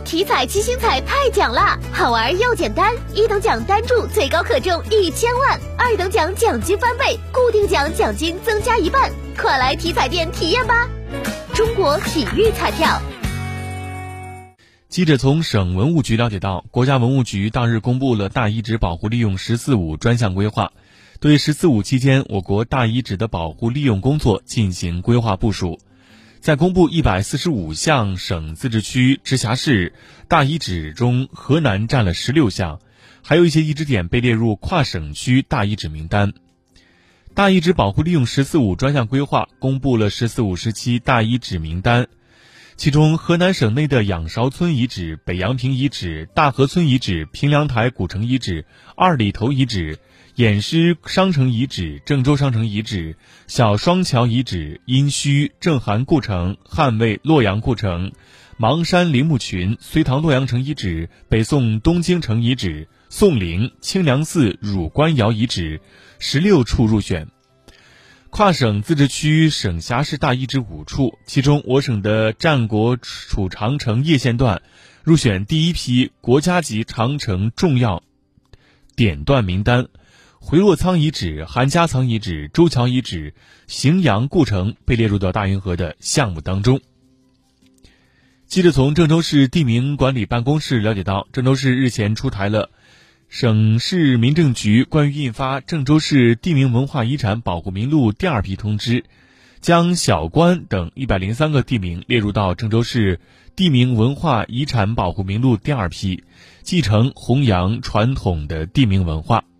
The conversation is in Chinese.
体彩七星彩太奖啦，好玩又简单，一等奖单注最高可中1000万，二等奖奖金翻倍，固定奖奖金增加1半，快来体彩店体验吧！中国体育彩票。 记者从省文物局了解到，国家文物局当日公布了大遗址保护利用“十四五”专项规划，对“十四五”期间我国大遗址的保护利用工作进行规划部署。在公布145项省自治区直辖市大遗址中，河南占了16项，还有一些遗址点被列入跨省区大遗址名单。大遗址保护利用“十四五”专项规划公布了“十四五”时期大遗址名单，其中河南省内的仰韶村遗址、北阳坪遗址、大河村遗址、平凉台古城遗址、二里头遗址、偃师商城遗址、郑州商城遗址、小双桥遗址、殷墟、郑韩故城、汉魏洛阳故城、邙山陵墓群、隋唐洛阳城遗址、北宋东京城遗址、宋陵、清凉寺汝官窑遗址16处入选。跨省自治区省辖市大遗址5处，其中我省的战国楚长城叶县段入选第一批国家级长城重要点段名单，回洛仓遗址、韩家仓遗址、周桥遗址、荥阳故城被列入到大运河的项目当中。记者从郑州市地名管理办公室了解到，郑州市日前出台了省市民政局关于印发郑州市地名文化遗产保护名录第2批通知，将小关等103个地名列入到郑州市地名文化遗产保护名录第2批，继承弘扬传统的地名文化。